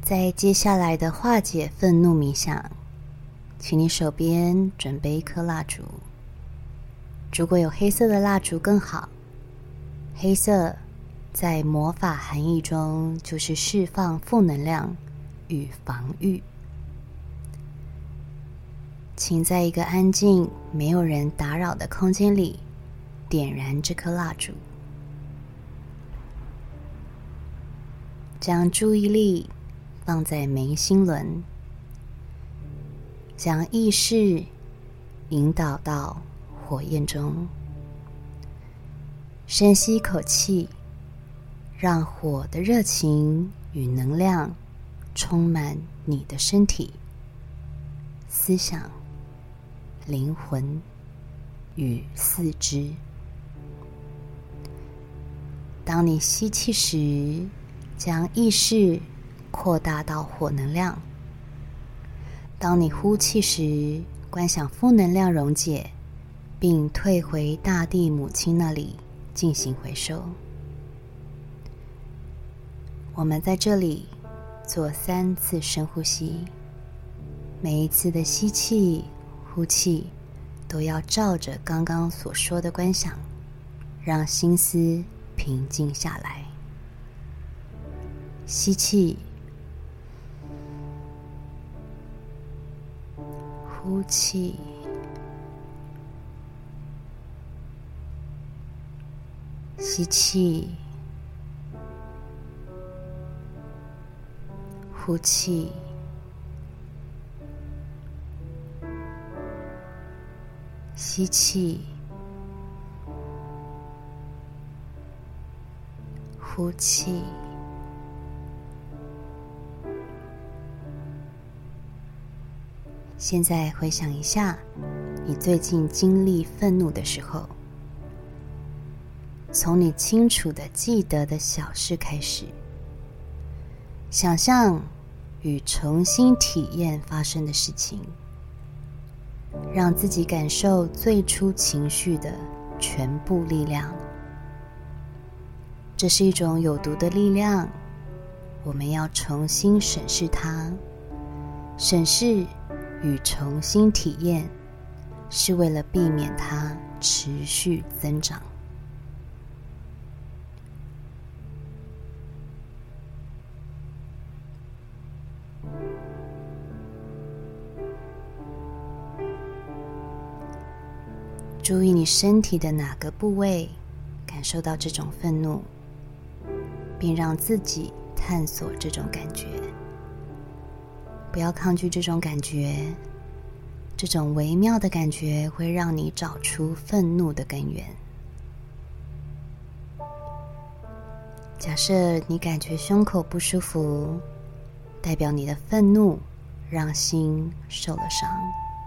在接下来的化解愤怒冥想，请你手边准备一颗蜡烛，如果有黑色的蜡烛更好。黑色在魔法含义中就是释放负能量与防御。请在一个安静、没有人打扰的空间里点燃这颗蜡烛，将注意力放在眉心轮，将意识引导到火焰中。深吸一口气，让火的热情与能量充满你的身体、思想、灵魂与四肢。当你吸气时，将意识扩大到火能量；当你呼气时，观想负能量溶解，并退回大地母亲那里进行回收。我们在这里做3次深呼吸，每一次的吸气、呼气都要照着刚刚所说的观想，让心思平静下来。吸气，呼气，吸气，呼气，吸气，呼气。现在回想一下，你最近经历愤怒的时候，从你清楚的记得的小事开始，想象与重新体验发生的事情，让自己感受最初情绪的全部力量。这是一种有毒的力量，我们要重新审视它。审视与重新体验，是为了避免它持续增长。注意你身体的哪个部位感受到这种愤怒，并让自己探索这种感觉。不要抗拒这种感觉，这种微妙的感觉会让你找出愤怒的根源。假设你感觉胸口不舒服，代表你的愤怒让心受了伤。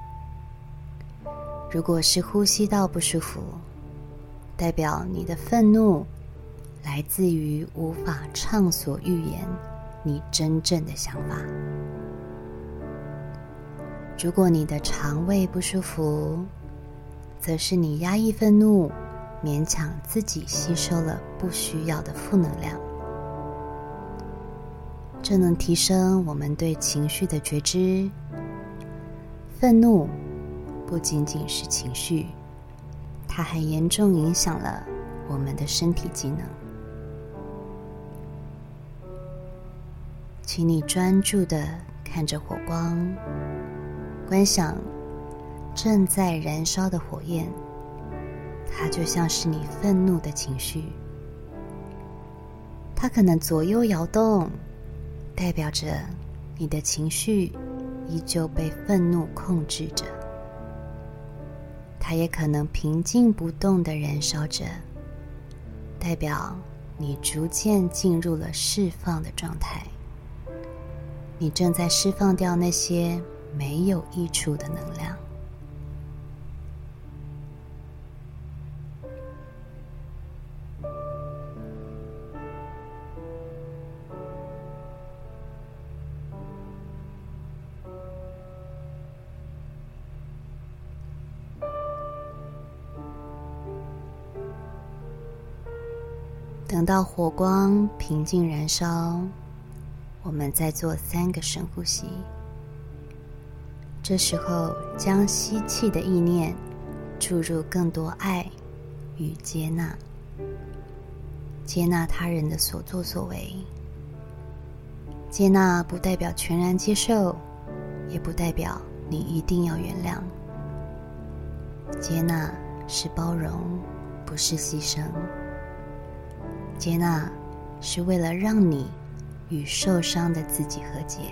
如果是呼吸道不舒服，代表你的愤怒来自于无法畅所欲言你真正的想法。如果你的肠胃不舒服，则是你压抑愤怒，勉强自己吸收了不需要的负能量。这能提升我们对情绪的觉知。愤怒不仅仅是情绪，它还严重影响了我们的身体机能。请你专注地看着火光，观想正在燃烧的火焰，它就像是你愤怒的情绪。它可能左右摇动，代表着你的情绪依旧被愤怒控制着。它也可能平静不动地燃烧着，代表你逐渐进入了释放的状态。你正在释放掉那些没有益处的能量。等到火光平静燃烧， 我们再做3个深呼吸。这时候将吸气的意念注入更多爱与接纳，接纳他人的所作所为。接纳不代表全然接受，也不代表你一定要原谅。接纳是包容，不是牺牲。接纳是为了让你与受伤的自己和解。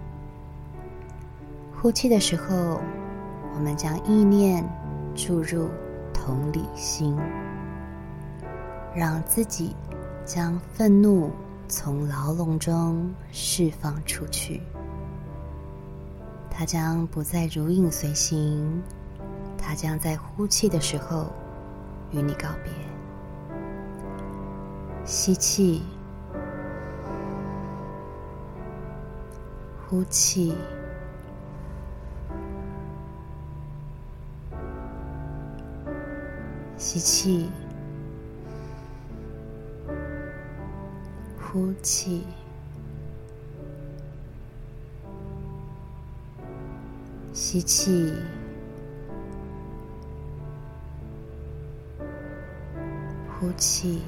呼气的时候，我们将意念注入同理心，让自己将愤怒从牢笼中释放出去。它将不再如影随形，它将在呼气的时候与你告别。吸气，呼气，吸气，呼气，吸气，呼气。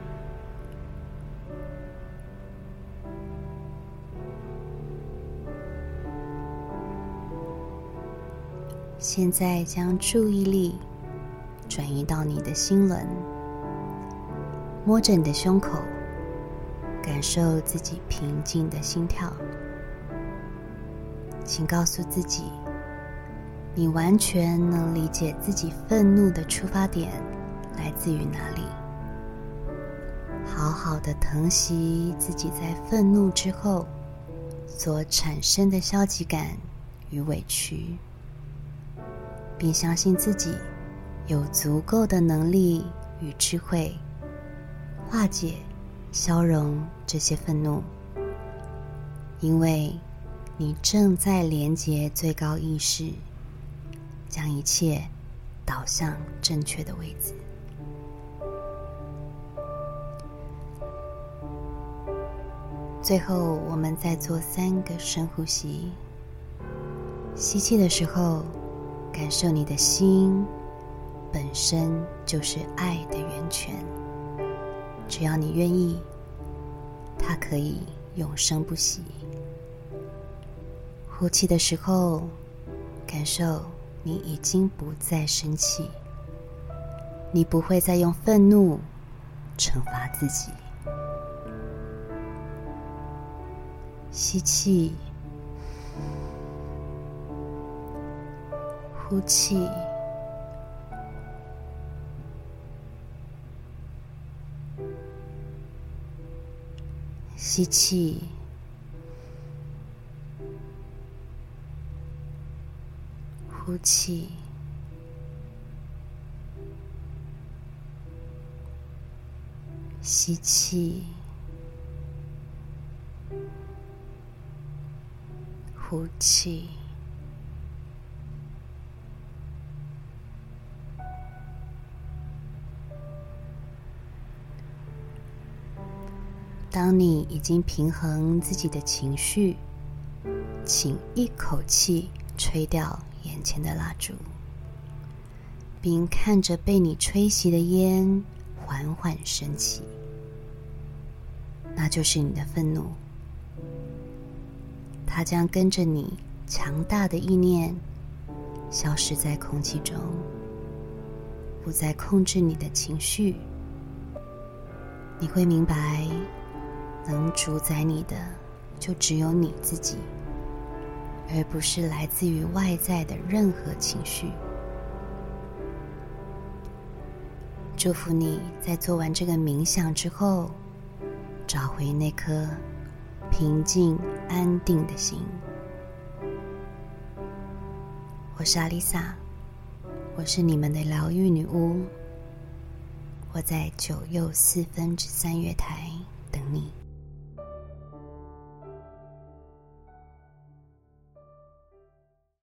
现在将注意力转移到你的心轮，摸着你的胸口，感受自己平静的心跳。请告诉自己，你完全能理解自己愤怒的出发点来自于哪里。好好的疼惜自己在愤怒之后所产生的消极感与委屈，并相信自己有足够的能力与智慧化解、消融这些愤怒，因为你正在连接最高意识，将一切导向正确的位置。最后，我们再做3个深呼吸。吸气的时候，感受你的心本身就是爱的源泉，只要你愿意，它可以永生不息。呼气的时候，感受你已经不再生气，你不会再用愤怒惩罚自己。吸气，呼气，吸气，呼气，吸气，呼气。当你已经平衡自己的情绪，请一口气吹掉眼前的蜡烛，并看着被你吹熄的烟缓缓升起，那就是你的愤怒。它将跟着你强大的意念消失在空气中，不再控制你的情绪。你会明白，能主宰你的就只有你自己，而不是来自于外在的任何情绪。祝福你在做完这个冥想之后，找回那颗平静安定的心。我是阿丽萨，我是你们的疗愈女巫，我在9又4分之3月台等你。